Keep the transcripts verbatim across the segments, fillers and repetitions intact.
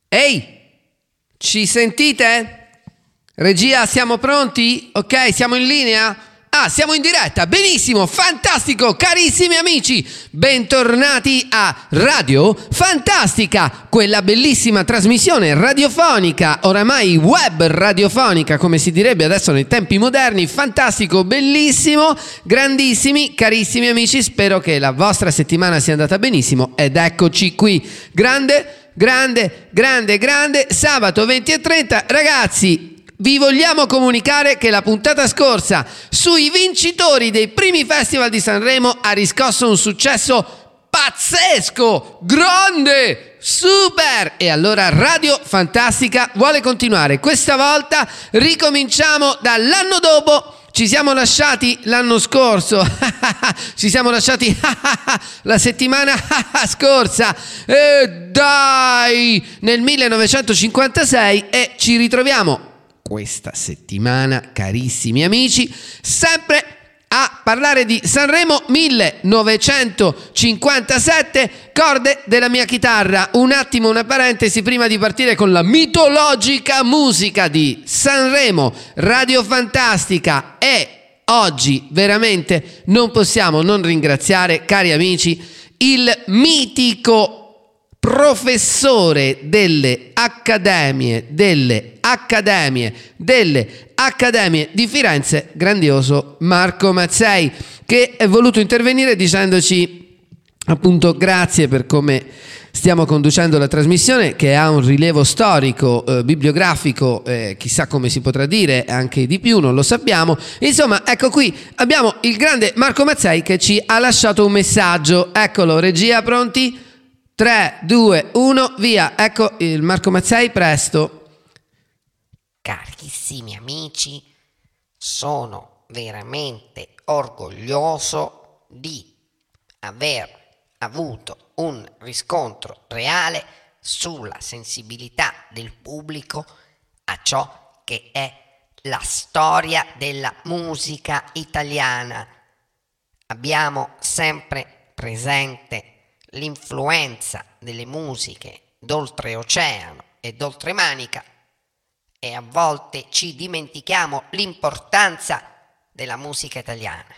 Ehi, ci sentite? Regia, siamo pronti? Ok, siamo in linea? Ah, siamo in diretta, benissimo, fantastico, carissimi amici, bentornati a Radio Fantastica, quella bellissima trasmissione radiofonica, oramai web radiofonica, come si direbbe adesso nei tempi moderni. Fantastico, bellissimo, grandissimi, carissimi amici, spero che la vostra settimana sia andata benissimo ed eccoci qui, grande, grande, grande, grande, sabato venti e trenta, ragazzi. Vi vogliamo comunicare che la puntata scorsa sui vincitori dei primi festival di Sanremo ha riscosso un successo pazzesco, grande, super! E allora Radio Fantastica vuole continuare. Questa volta ricominciamo dall'anno dopo. Ci siamo lasciati l'anno scorso, ci siamo lasciati la settimana scorsa, e dai, nel millenovecentocinquantasei e ci ritroviamo questa settimana, carissimi amici, sempre a parlare di Sanremo millenovecentocinquantasette, corde della mia chitarra. Un attimo, una parentesi prima di partire con la mitologica musica di Sanremo, Radio Fantastica. E oggi veramente non possiamo non ringraziare, cari amici, il mitico professore delle accademie, delle accademie, delle accademie di Firenze, grandioso Marco Mazzei, che è voluto intervenire dicendoci appunto grazie per come stiamo conducendo la trasmissione, che ha un rilievo storico, eh, bibliografico, eh, chissà come si potrà dire, anche di più, non lo sappiamo. Insomma, ecco qui abbiamo il grande Marco Mazzei che ci ha lasciato un messaggio. Eccolo, regia, pronti? tre, due, uno, via. Ecco il Marco Mazzei, presto. Carissimi amici, sono veramente orgoglioso di aver avuto un riscontro reale sulla sensibilità del pubblico a ciò che è la storia della musica italiana. Abbiamo sempre presente l'influenza delle musiche d'oltreoceano e d'oltremanica e a volte ci dimentichiamo l'importanza della musica italiana.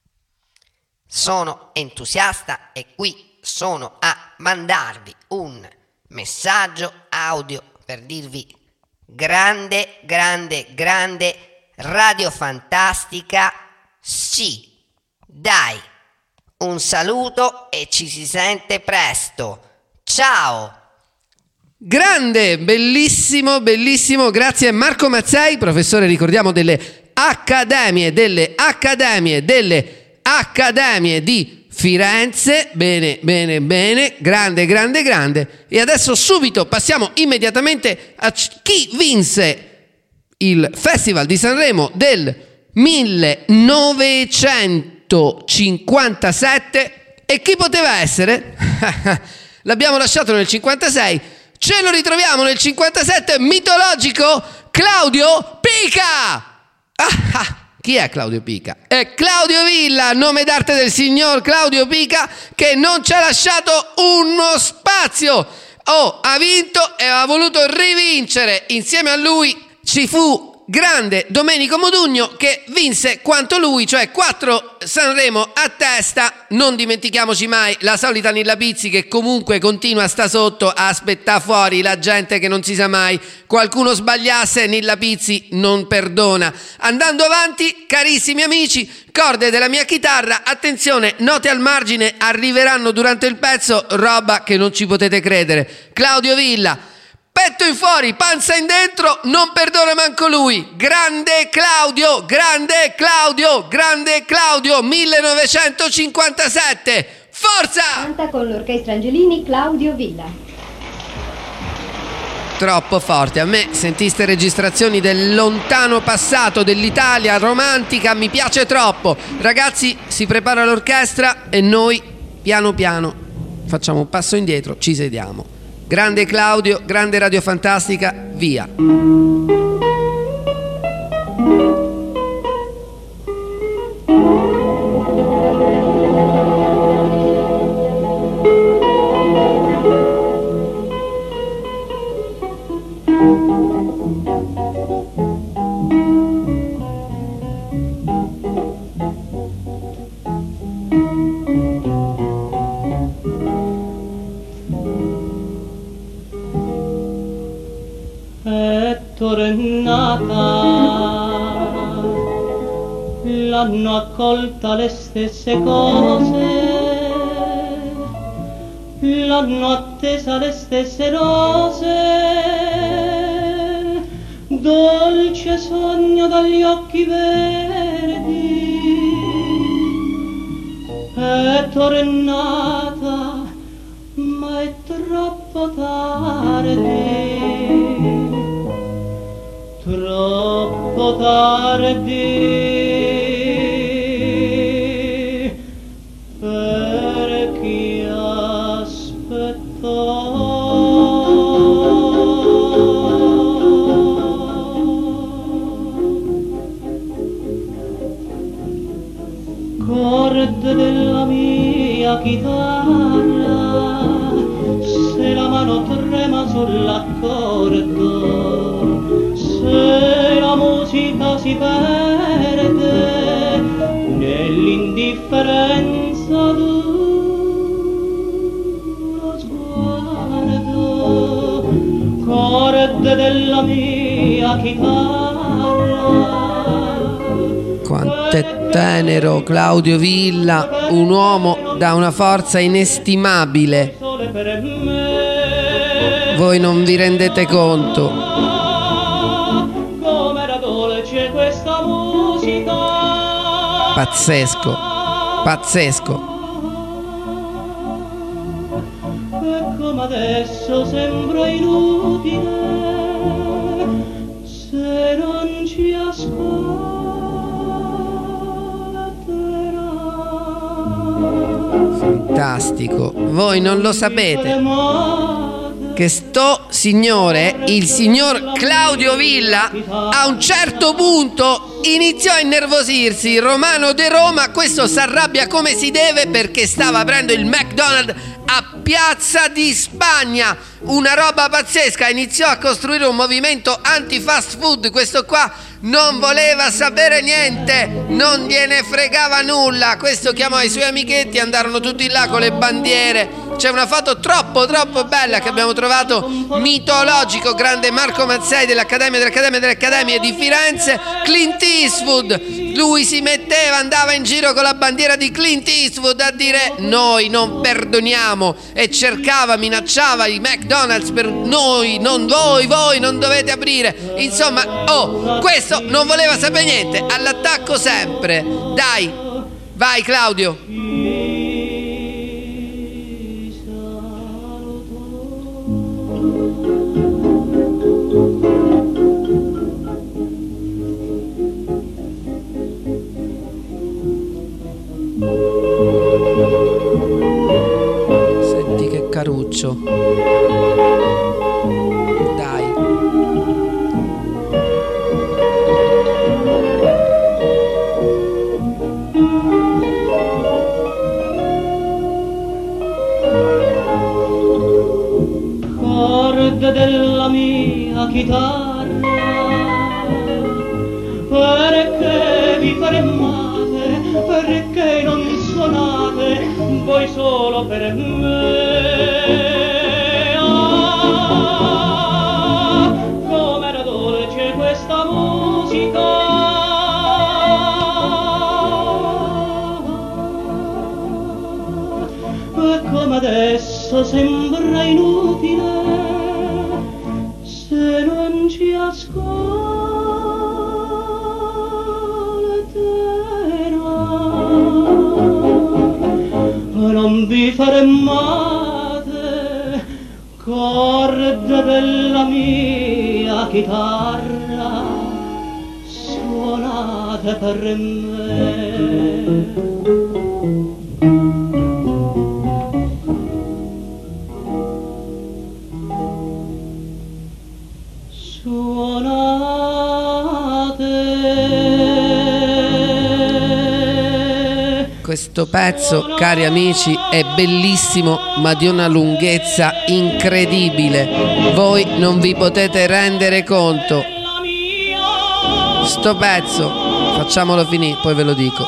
Sono entusiasta e qui sono a mandarvi un messaggio audio per dirvi grande, grande, grande Radio Fantastica, sì, dai! Un saluto e ci si sente presto. Ciao! Grande, bellissimo, bellissimo. Grazie Marco Mazzei, professore, ricordiamo, delle accademie, delle accademie, delle accademie di Firenze. Bene, bene, bene. Grande, grande, grande. E adesso subito passiamo immediatamente a chi vinse il Festival di Sanremo del millenovecentocinquantasette. E chi poteva essere? L'abbiamo lasciato nel cinquantasei, ce lo ritroviamo nel cinquantasette, mitologico Claudio Pica. Ah, ah, chi è Claudio Pica? È Claudio Villa, nome d'arte del signor Claudio Pica, che non ci ha lasciato uno spazio. Oh, ha vinto e ha voluto rivincere. Insieme a lui ci fu grande Domenico Modugno, che vinse quanto lui, cioè quattro Sanremo a testa. Non dimentichiamoci mai la solita Nilla Pizzi, che comunque continua, sta sotto a aspettare fuori la gente, che non si sa mai, qualcuno sbagliasse, Nilla Pizzi non perdona. Andando avanti, carissimi amici, corde della mia chitarra, attenzione, note al margine arriveranno durante il pezzo, roba che non ci potete credere. Claudio Villa, petto in fuori, panza in dentro, non perdona manco lui. Grande Claudio, grande Claudio, grande Claudio, millenovecentocinquantasette. Forza! Canta con l'orchestra Angelini Claudio Villa. Troppo forte. A me sentiste registrazioni del lontano passato dell'Italia romantica, mi piace troppo. Ragazzi, si prepara l'orchestra e noi piano piano facciamo un passo indietro, ci sediamo. Grande Claudio, grande Radio Fantastica, via. È tornata, l'hanno accolta le stesse cose, l'hanno attesa le stesse rose, dolce sogno dagli occhi verdi. È tornata, ma è troppo tardi, troppo tardi per chi aspettò. Corde della mia chitarra, se la mano trema sull'accordo, se la musica si perde nell'indifferenza d'uno sguardo, corde della mia chitarra. Quanto è tenero Claudio Villa, un uomo da una forza inestimabile. Voi non vi rendete conto. Com'era dolce questa musica. Pazzesco, pazzesco. E come adesso sembra inutile se non ci ascolterà. Fantastico. Voi non lo sapete che sto signore, il signor Claudio Villa, a un certo punto iniziò a innervosirsi. Romano de Roma, questo si arrabbia come si deve perché stava aprendo il McDonald's a Piazza di Spagna, una roba pazzesca. Iniziò a costruire un movimento anti-fast food. Questo qua non voleva sapere niente, non gliene fregava nulla. Questo chiamò i suoi amichetti, andarono tutti là con le bandiere. C'è una foto troppo troppo bella che abbiamo trovato, mitologico, grande Marco Mazzei dell'Accademia delle Accademie delle Accademie di Firenze. Clint Eastwood, lui si metteva, andava in giro con la bandiera di Clint Eastwood a dire noi non perdoniamo, e cercava, minacciava i McDonald's per noi, non voi, voi non dovete aprire. Insomma, oh, questo non voleva sapere niente, all'attacco sempre. Dai, vai Claudio. Senti che caruccio. Dai. Corde della mia chitarra, perché vi fermate, perché non suonate voi solo per me? Ah, com'era dolce questa musica. E come adesso sembra inutile se non ci ascolterà. Non vi fermate, corde della mia chitarra, suonate per me. questo pezzo, cari amici, è bellissimo, ma di una lunghezza incredibile. Voi non vi potete rendere conto. Sto pezzo, facciamolo finire, poi ve lo dico.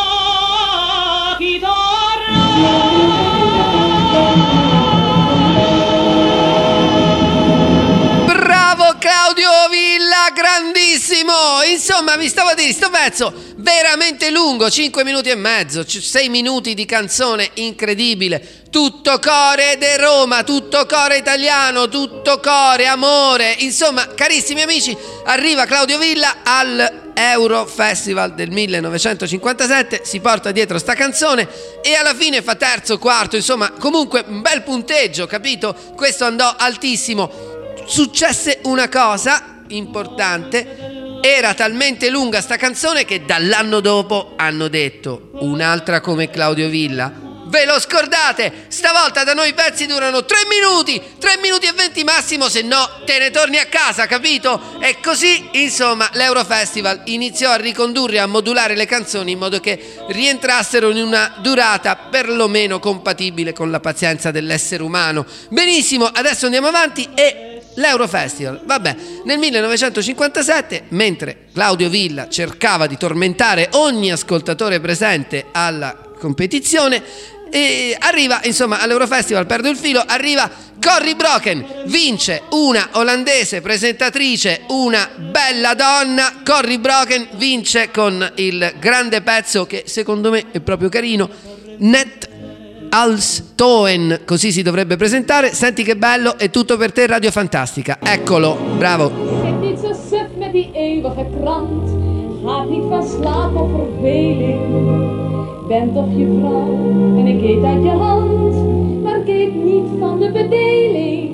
Bravo Claudio Villa, grandissimo! Insomma, vi stavo a dire, sto pezzo veramente lungo, cinque minuti e mezzo, sei minuti di canzone incredibile. Tutto core de Roma, tutto core italiano, tutto core, amore. Insomma, carissimi amici, arriva Claudio Villa al Eurofestival del millenovecentocinquantasette, si porta dietro sta canzone e alla fine fa terzo, quarto, insomma, comunque un bel punteggio, capito? Questo andò altissimo. Successe una cosa importante, era talmente lunga sta canzone che dall'anno dopo hanno detto: un'altra come Claudio Villa? Ve lo scordate? Stavolta da noi i pezzi durano tre minuti, tre minuti e venti massimo, se no te ne torni a casa, capito? E così, insomma, l'Eurofestival iniziò a ricondurre, a modulare le canzoni in modo che rientrassero in una durata perlomeno compatibile con la pazienza dell'essere umano. Benissimo, adesso andiamo avanti e... l'Eurofestival, vabbè, nel millenovecentocinquantasette, mentre Claudio Villa cercava di tormentare ogni ascoltatore presente alla competizione, e arriva, insomma, all'Eurofestival, perdo il filo, arriva Corry Broken, vince una olandese presentatrice, una bella donna. Corry Broken vince con il grande pezzo che secondo me è proprio carino, Net als Toen, così si dovrebbe presentare. Senti che bello, è tutto per te Radio Fantastica, eccolo, bravo. Zit niet zo suf met die eeuwige krant, gaat niet van slaap of verveling. Ben toch je vrouw en ik eet uit je hand, maar ik eet niet van de bedeling.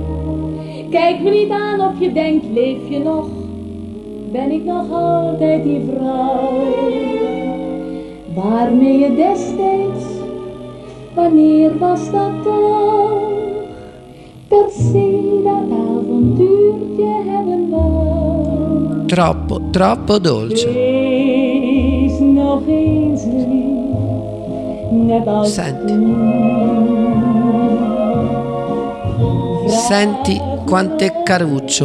Kijk me niet aan of je denkt, leef je nog? Ben ik nog altijd die vrouw waarmee je destijds, wanneer was dat toch, per se dat avontuurtje hebben wou? Troppo, troppo dolce. Wees nog eens lief, net als Senti. toen. Senti quanto è caruccio.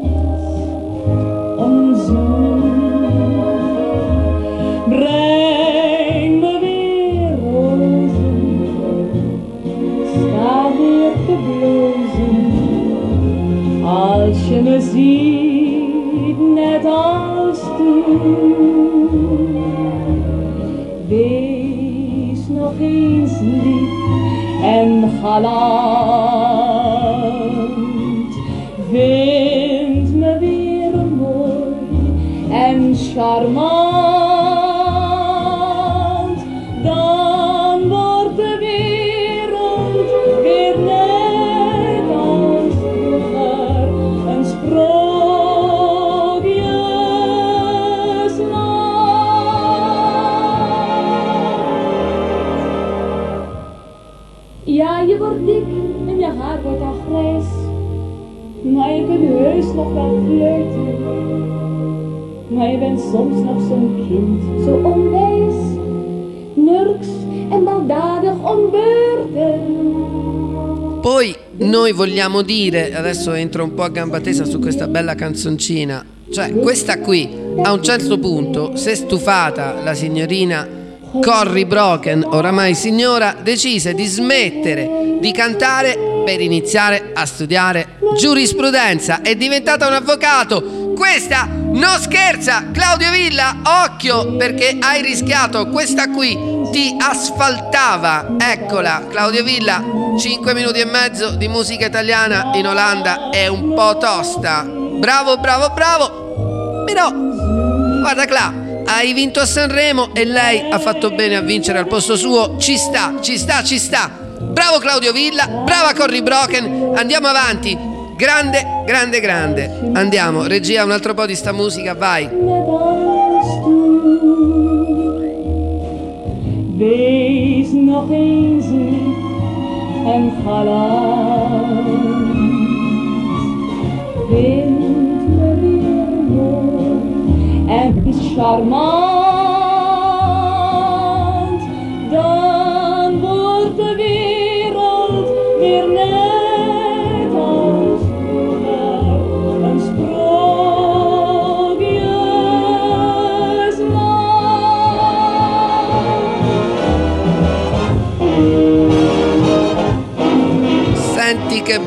Om zoen. Breng me weer rozen, sta weer te blozen, als je me ziet net als toen. Wees nog eens lief en galant, vind me weer mooi en charmant, dan wordt de wereld weer net als vroeger, een sprookjesland. Ja, je wordt dik en je haar wordt al grijs, maar je kunt heus nog wel fluiten. Maar je bent soms nog zo'n kind, zo onwijs, nurks en baldadig om beurten. Poi noi vogliamo dire, adesso entro un po' a gamba tesa su questa bella canzoncina, cioè questa qui a un certo punto, se stufata la signorina Corry Broken, oramai signora, decise di smettere di cantare per iniziare a studiare giurisprudenza. È diventata un avvocato. Questa non scherza, Claudio Villa, occhio, perché hai rischiato. Questa qui ti asfaltava. Eccola, Claudio Villa, cinque minuti e mezzo di musica italiana in Olanda è un po' tosta. Bravo, bravo, bravo. Però, guarda Cla, hai vinto a Sanremo e lei ha fatto bene a vincere al posto suo. Ci sta, ci sta, ci sta. Bravo Claudio Villa, brava Corry Broken. Andiamo avanti. Grande, grande, grande. Andiamo, regia, un altro po' di sta musica, vai. Wees nog eens lief en galant, vind me weer mooi en charmant,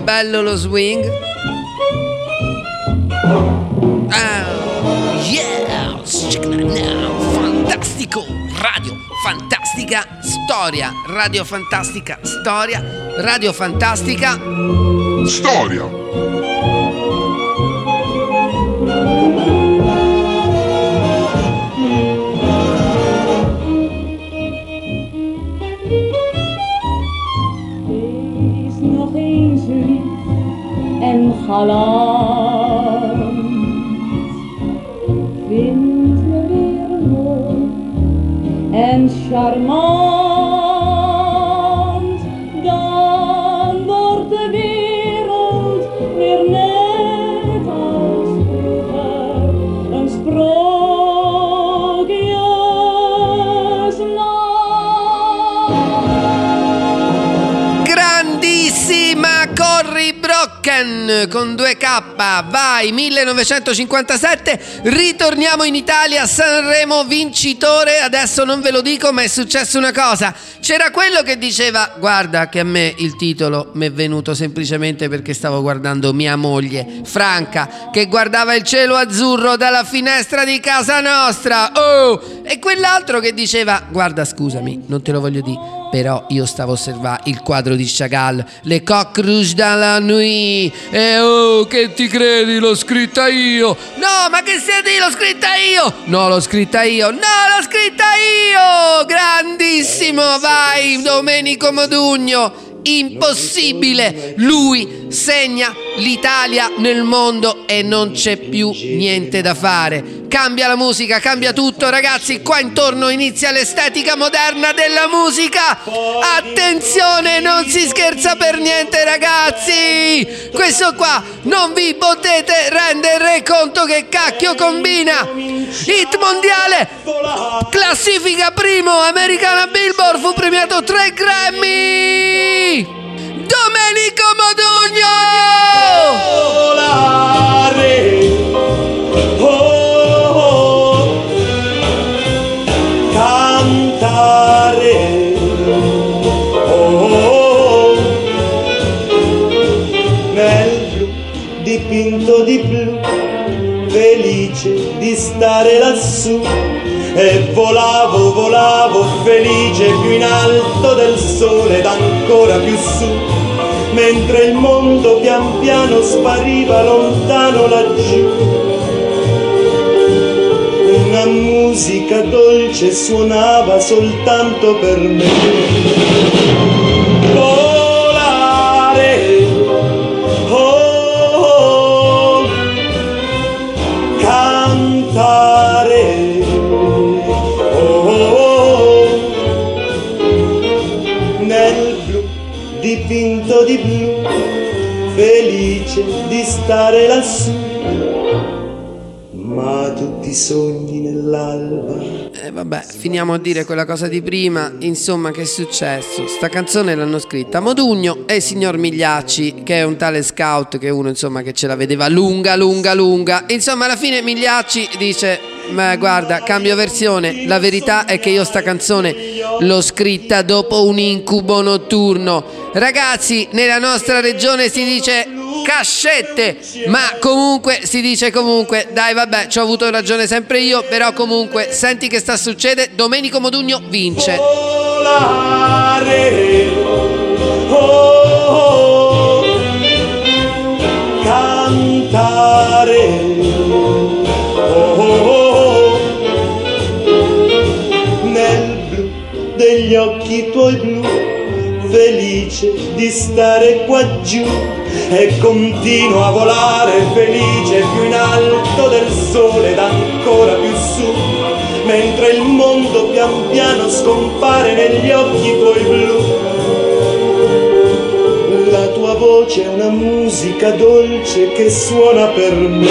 bello lo swing. Ah, yeah, fantastico, radio fantastica storia, radio fantastica storia, radio fantastica storia. En galant, vind me weer mooi en charmant, dan wordt de wereld weer net als vroeger een sprookjesland. Grandissima Corri Brocken con due K, vai, millenovecentocinquantasette, ritorniamo in Italia, Sanremo vincitore. Adesso non ve lo dico, ma è successa una cosa. C'era quello che diceva: guarda che a me il titolo mi è venuto semplicemente perché stavo guardando mia moglie Franca che guardava il cielo azzurro dalla finestra di casa nostra. Oh! E quell'altro che diceva: guarda, scusami, non te lo voglio dire, però io stavo osservando il quadro di Chagall, Le Coq Rouge dans la nuit. E oh, che ti credi, l'ho scritta io. No, ma che stai di, l'ho scritta io. No, l'ho scritta io. No, l'ho scritta io. Grandissimo, vai Domenico Modugno. Impossibile, lui segna l'Italia nel mondo e non c'è più niente da fare. Cambia la musica, cambia tutto, ragazzi. Qua intorno inizia l'estetica moderna della musica. Attenzione, non si scherza per niente, ragazzi. Questo qua non vi potete rendere conto che cacchio combina. Hit mondiale, classifica primo, Americana Billboard, fu premiato tre Grammy. Domenico Modugno! Volare, oh, oh, cantare, oh, oh, nel blu dipinto di blu, felice di stare lassù. E volavo, volavo felice più in alto del sole ed ancora più su, mentre il mondo pian piano spariva lontano laggiù. Una musica dolce suonava soltanto per me. Volare, oh, oh, cantare, dipinto di blu, felice di stare lassù, ma tutti i sogni nell'alba. E eh vabbè, finiamo a dire quella cosa di prima. Insomma, che è successo? Sta canzone l'hanno scritta Modugno e il signor Migliacci, che è un tale scout, che uno insomma che ce la vedeva lunga, lunga, lunga. Insomma, alla fine Migliacci dice: ma guarda, cambio versione. La verità è che io sta canzone l'ho scritta dopo un incubo notturno. Ragazzi, nella nostra regione si dice cascette, ma comunque si dice comunque. Dai, vabbè, ci ho avuto ragione sempre io, però comunque senti che sta succede. Domenico Modugno vince. Volare, oh, oh, cantare, oh, oh, nel blu degli occhi tuoi blu, felice di stare qua giù, e continuo a volare felice più in alto del sole ed ancora più su, mentre il mondo pian piano scompare negli occhi tuoi blu. La tua voce è una musica dolce che suona per me.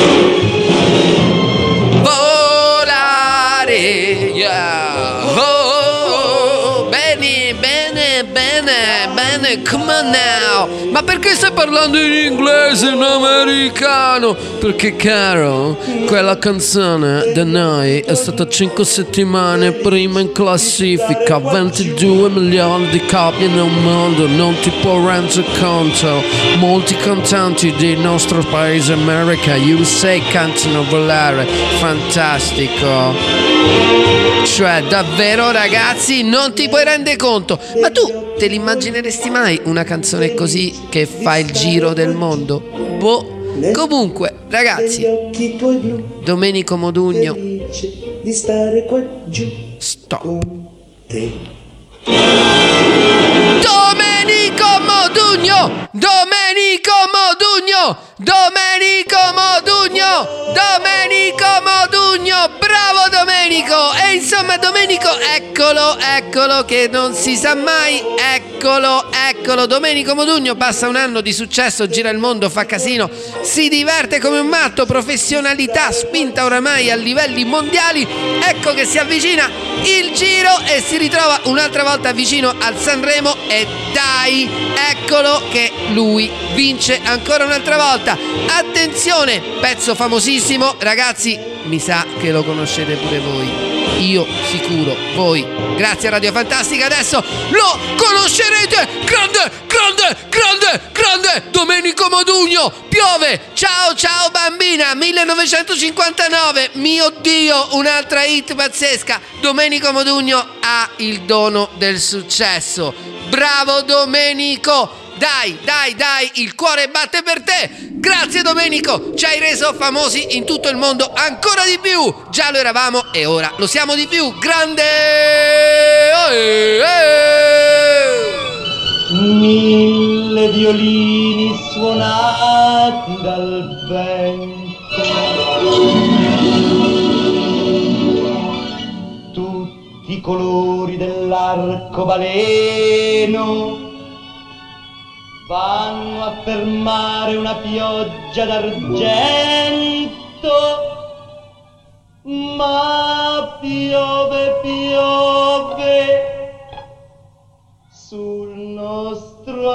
Volare, yeah. Oh, bene, bene, bene, bene, come on now. Ma perché stai parlando in inglese, in americano? Perché, caro, quella canzone da noi è stata cinque settimane prima in classifica, ventidue milioni di copie nel mondo, non ti può rendere conto. Molti cantanti del nostro paese America, U S A, cantano volare. Fantastico. Cioè, davvero, ragazzi, non ti puoi rendere conto. Ma tu te l'immagineresti mai una canzone così che fa il giro del mondo? Boh. Comunque, ragazzi, Domenico Modugno, di stare qua giù stop. con te. Domenico Modugno! Domenico Modugno! Domenico Modugno! Domenico Modugno! Bravo Domenico! E insomma Domenico, eccolo, eccolo che non si sa mai, eccolo, eccolo. Domenico Modugno passa un anno di successo, gira il mondo, fa casino, si diverte come un matto, professionalità spinta oramai a livelli mondiali. Ecco che si avvicina il Giro e si ritrova un'altra volta vicino al Sanremo e dai, eccolo che lui vince ancora un'altra volta. Attenzione, pezzo famosissimo, ragazzi, mi sa che lo conoscete pure voi, io sicuro, voi grazie a Radio Fantastica adesso lo conoscerete. Grande, grande, grande, grande Domenico Modugno. Piove, ciao ciao bambina, millenovecentocinquantanove, mio Dio, un'altra hit pazzesca. Domenico Modugno ha il dono del successo. Bravo Domenico. Dai, dai, dai, il cuore batte per te. Grazie Domenico, ci hai reso famosi in tutto il mondo ancora di più. Già lo eravamo e ora lo siamo di più. Grande! Eh, eh. Mille violini suonati dal vento, tutti i colori dell'arcobaleno vanno a fermare una pioggia d'argento, ma piove, piove sul nostro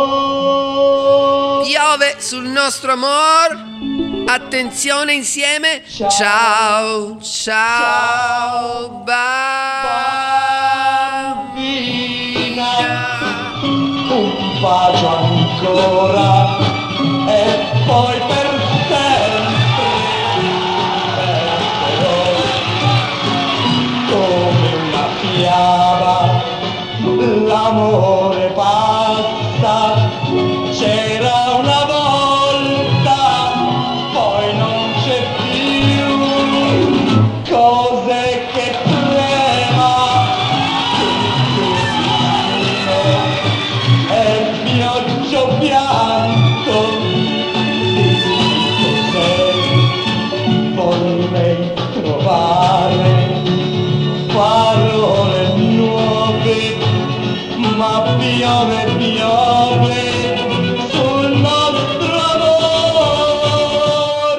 amor. Piove sul nostro amor. Attenzione insieme. Ciao, ciao, bambina. Un bacio ancora e poi per sempre perderò come una fiaba l'amore passa. C'era una volta, poi non c'è più, cose che trema e pioggia pianto di cos'è. Vorrei trovare parole nuove, ma piove, piove sul nostro amor.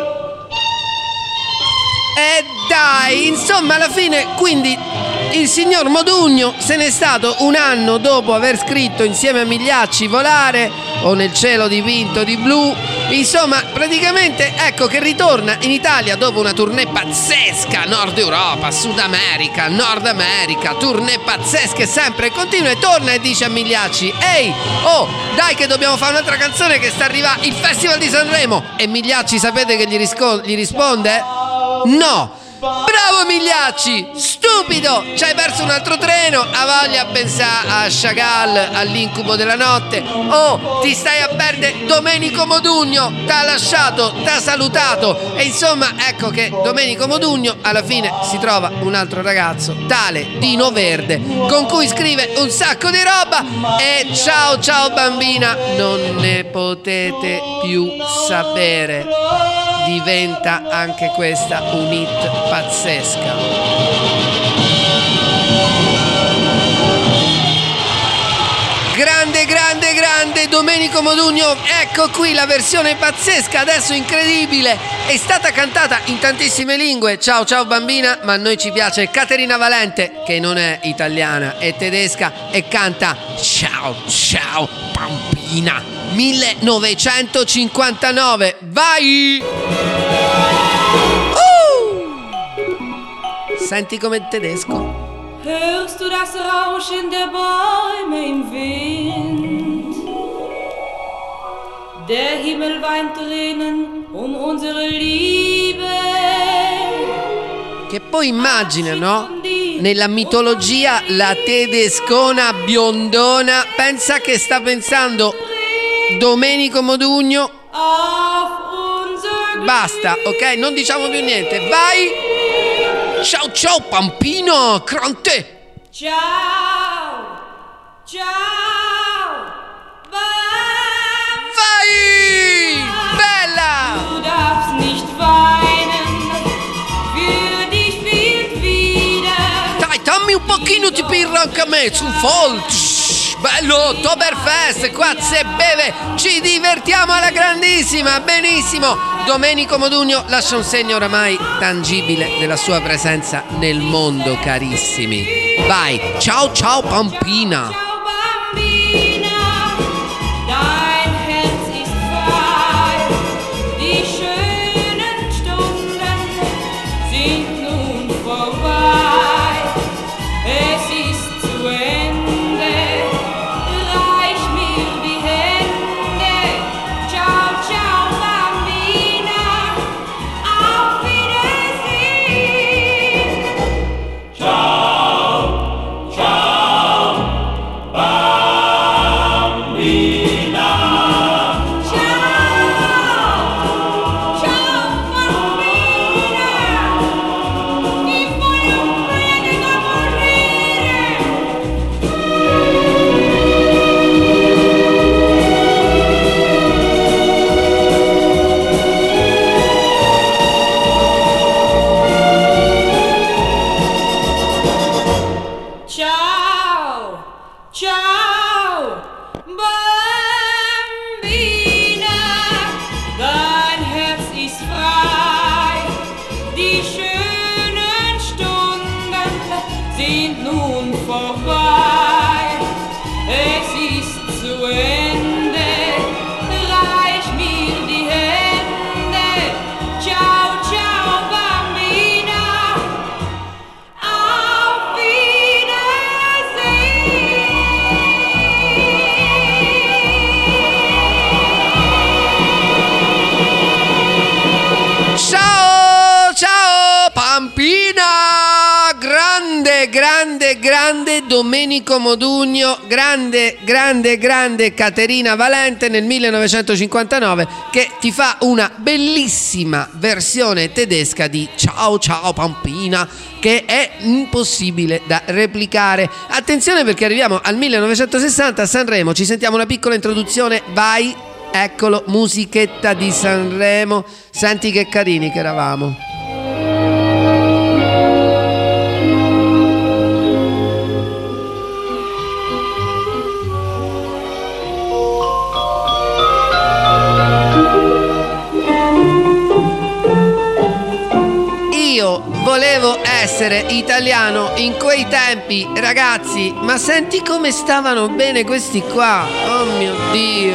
E dai, insomma alla fine quindi il signor Modugno se n'è stato un anno dopo aver scritto insieme a Migliacci Volare o Nel cielo dipinto di blu. Insomma, praticamente ecco che ritorna in Italia dopo una tournée pazzesca, Nord Europa, Sud America, Nord America, tournée pazzesche sempre, continua e torna e dice a Migliacci: ehi, oh, dai che dobbiamo fare un'altra canzone che sta arrivando il Festival di Sanremo. E Migliacci sapete che gli, risco- gli risponde? No! Bravo Migliacci, stupido, ci hai perso un altro treno, ha voglia a pensare a Chagall, all'incubo della notte. Oh, ti stai a perdere Domenico Modugno, t'ha lasciato, t'ha salutato. E insomma, ecco che Domenico Modugno alla fine si trova un altro ragazzo, tale Dino Verde, con cui scrive un sacco di roba. E ciao ciao bambina, non ne potete più sapere. Diventa anche questa un hit pazzesca. Grande, grande, grande Domenico Modugno, ecco qui la versione pazzesca, adesso incredibile, è stata cantata in tantissime lingue. Ciao ciao bambina, ma a noi ci piace Caterina Valente, che non è italiana, è tedesca e canta Ciao ciao bambina, millenovecentocinquantanove. Vai! Uh! Senti com'è tedesco. Hörst du das Rauschen der Bäume im Wind? Der Himmel weint Tränen um unsere Liebe. Che poi immagina, no? Nella mitologia la tedescona biondona, pensa che sta pensando Domenico Modugno. Basta, ok? Non diciamo più niente. Vai! Ciao ciao Pampino, Cronte! Ciao, ciao, Bambina. Vai! Bella! Du darfst nicht weinen, für dich fehlt wieder. Dai, dammi un pochino di birra anche a me, su Volt! Bello, Oktoberfest, qua se beve, ci divertiamo alla grandissima, benissimo. Domenico Modugno lascia un segno oramai tangibile della sua presenza nel mondo, carissimi. Vai, ciao ciao Pampina. Ciao Bambina, dein Herz ist frei, die schönen Stunden sind nun vorbei, es ist zu Ende, reich mir die Hände, ciao ciao Bambina, auf Wiedersehen. Ciao, ciao, bambina. Ciao, ciao Bambina, ti voglio bene da morire. Ciao, ciao, Bambina, dein Herz ist frei, die schönen Stunden sind nun vorbei, es ist zu Ende, reich mir die Hände, ciao, ciao, Bambina, auf Wiedersehen. Ciao ciao Pampina, grande grande grande Domenico Modugno, grande grande grande Caterina Valente nel millenovecentocinquantanove, che ti fa una bellissima versione tedesca di Ciao ciao Pampina, che è impossibile da replicare. Attenzione, perché arriviamo al millenovecentosessanta a Sanremo, ci sentiamo una piccola introduzione. Vai, eccolo, musichetta di Sanremo, senti che carini che eravamo. Io volevo essere italiano in quei tempi, ragazzi, ma senti come stavano bene questi qua. Oh mio Dio.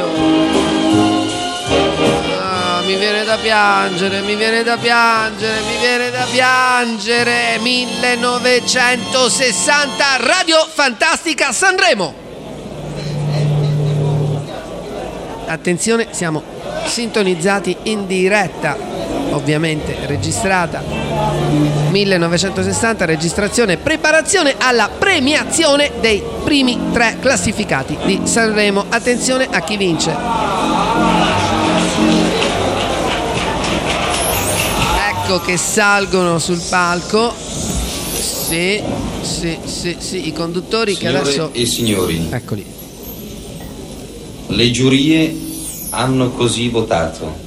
Ah, mi viene da piangere, mi viene da piangere, mi viene da piangere. millenovecentosessanta, Radio Fantastica Sanremo. Attenzione, siamo sintonizzati in diretta, ovviamente registrata. millenovecentosessanta, registrazione, preparazione alla premiazione dei primi tre classificati di Sanremo. Attenzione a chi vince. Ecco che salgono sul palco. Sì, sì, sì, sì, i conduttori. Signore che adesso... e signori, Eccoli. le giurie hanno così votato.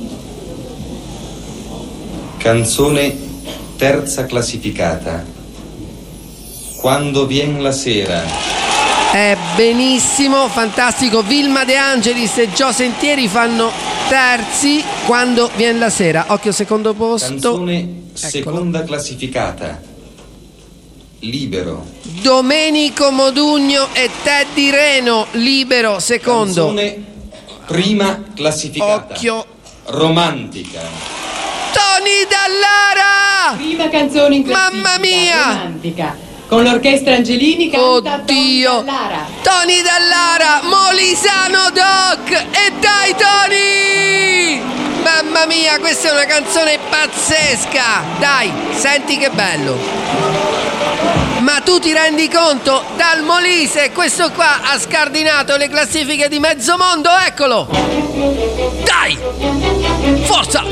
Canzone terza classificata. Quando vien la sera. È benissimo, fantastico. Vilma De Angelis e Gio Sentieri fanno terzi quando viene la sera. Occhio, secondo posto. Canzone Eccolo. seconda classificata. Libero. Domenico Modugno e Teddy Reno. Libero, secondo. Canzone prima classificata. Occhio. Romantica. Tony Dallara. Prima canzone in classifica. Mamma mia. Romantica. Con l'orchestra Angelini canta Oddio. Tony Dallara. Tony Dallara, Molisano Doc. E dai Tony! Mamma mia, questa è una canzone pazzesca. Dai, senti che bello. Ma tu ti rendi conto? Dal Molise questo qua ha scardinato le classifiche di mezzo mondo. Eccolo. Dai, forza.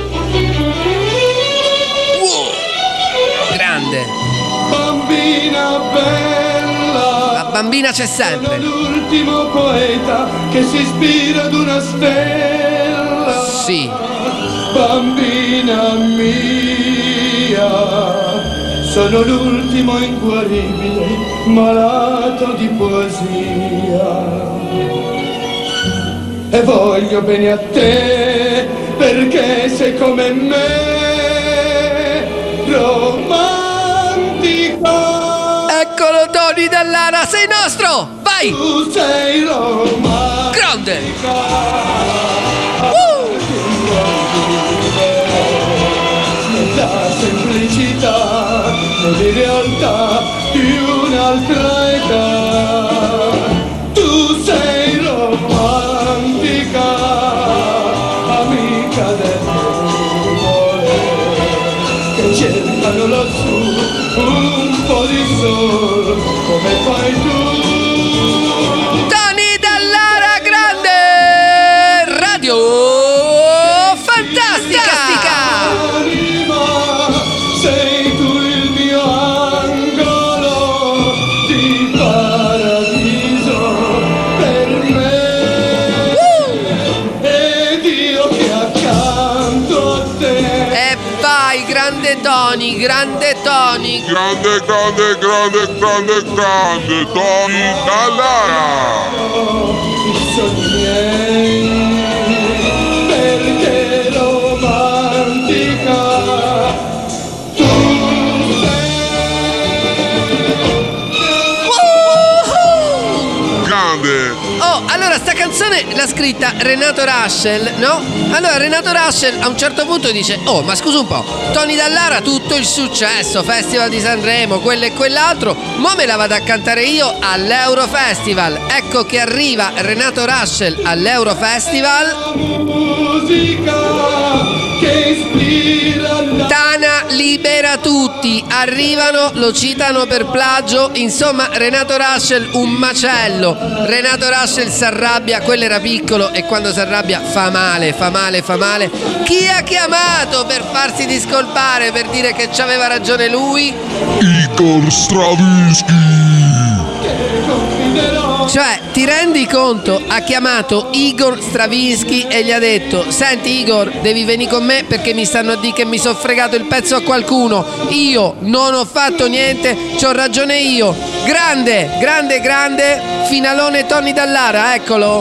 Wow. Grande. Bambina bella, La bambina c'è sempre. sono l'ultimo poeta che si ispira ad una stella. Sì. Bambina mia, sono l'ultimo inguaribile malato di poesia. E voglio bene a te perché sei come me, romantica. Eccolo Tony Dallara, sei nostro! Vai! Tu sei romantica. Grande! La semplicità di realtà di un'altra età. Tu sei romantica, amica del cuore, che cercano lassù un po' di sole come fai tu. Tony Dallara, grande! Radio Fantastica! Anima, sei tu il mio angolo di paradiso per me. Ed io che accanto a te. E vai, grande Tony, grande Tony! Grande, grande, grande, grande, grande Tony Dallara. I sogni miei, perché romantica tu Woohoo! Grande. Oh, allora sta canzone l'ha scritta Renato Raschel, no? Allora Renato Raschel a un certo punto dice: oh, ma scusa un po', Tony Dallara tutto il successo, Festival di Sanremo, quello e quell'altro, mo me la vado a cantare io all'Eurofestival. Ecco che arriva Renato Raschel all'Eurofestival. musica che ispira la Tana libera tutti, arrivano, lo citano per plagio, insomma Renato Raschel un macello. Renato Raschel si arrabbia, quello era piccolo e quando si arrabbia fa male, fa male, fa male. Chi ha chiamato per farsi discolpare, per dire che c'aveva ragione lui? Igor Stravinsky. Cioè, ti rendi conto? Ha chiamato Igor Stravinsky e gli ha detto: senti Igor, devi venire con me perché mi stanno a dire che mi sono fregato il pezzo a qualcuno. Io non ho fatto niente, c'ho ragione io. Grande, grande, grande finalone Tony Dallara, eccolo.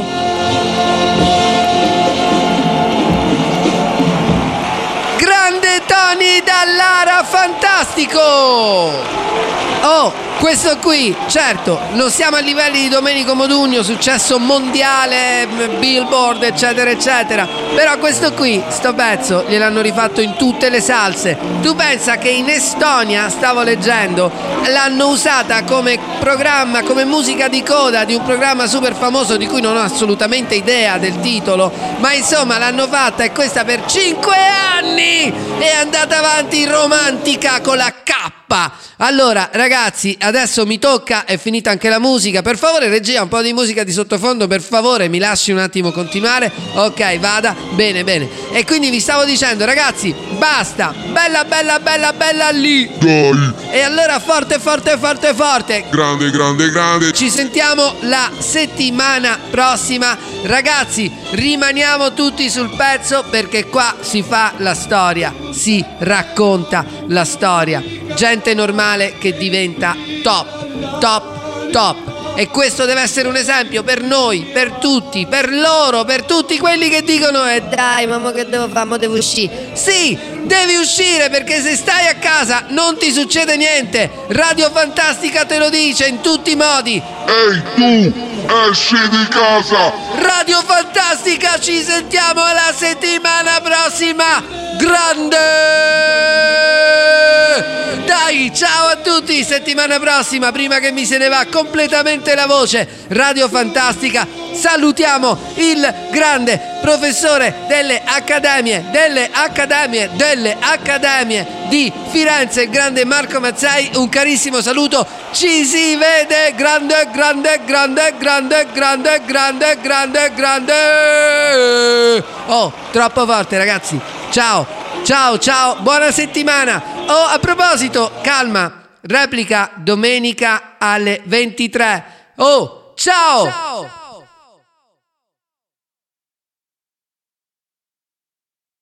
Grande Tony Dallara, fantastico! Oh, questo qui, certo, non siamo a livelli di Domenico Modugno, successo mondiale, Billboard, eccetera, eccetera. Però questo qui, sto pezzo, gliel'hanno rifatto in tutte le salse. Tu pensa che in Estonia, stavo leggendo, l'hanno usata come programma, come musica di coda di un programma super famoso di cui non ho assolutamente idea del titolo, ma insomma l'hanno fatta e questa per cinque anni è andata avanti romantica con la K. Allora ragazzi, adesso mi tocca, è finita anche la musica. Per favore regia, un po' di musica di sottofondo, per favore, mi lasci un attimo continuare. Ok, vada, bene, bene. E quindi vi stavo dicendo ragazzi, basta, bella, bella, bella, bella lì. Dai. E allora forte, forte, forte, forte. Grande, grande, grande. Ci sentiamo la settimana prossima. Ragazzi, rimaniamo tutti sul pezzo perché qua si fa la storia, si racconta la storia. Gente normale che diventa top, top, top. e questo deve essere un esempio per noi, per tutti, per loro, per tutti quelli che dicono eh dai mamma che devo fare, mo devo uscire. Sì, devi uscire, perché se stai a casa non ti succede niente. Radio Fantastica te lo dice in tutti i modi. Ehi tu, esci di casa! Radio Fantastica, ci sentiamo la settimana prossima. Grande! Dai, ciao a tutti, settimana prossima, prima che mi se ne va completamente la voce. Radio Fantastica, salutiamo il grande professore delle accademie, delle accademie, delle accademie di Firenze, il grande Marco Mazzei. Un carissimo saluto, ci si vede, grande, grande, grande, grande, grande, grande, grande, grande. Oh, troppo forte ragazzi, ciao, ciao, ciao, buona settimana. Oh, a proposito, calma, replica domenica alle ventitré. Oh, ciao! Ciao!